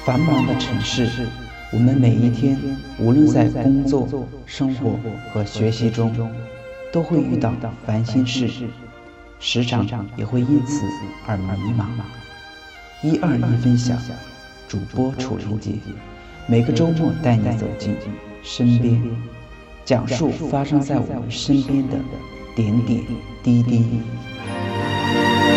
繁忙的城市，我们每一天无论在工作、生活和学习中，都会遇到烦心事，时常也会因此而迷茫。121分享，主播楚林杰，每个周末带你走进身边，讲述发生在我们身边的点点滴滴。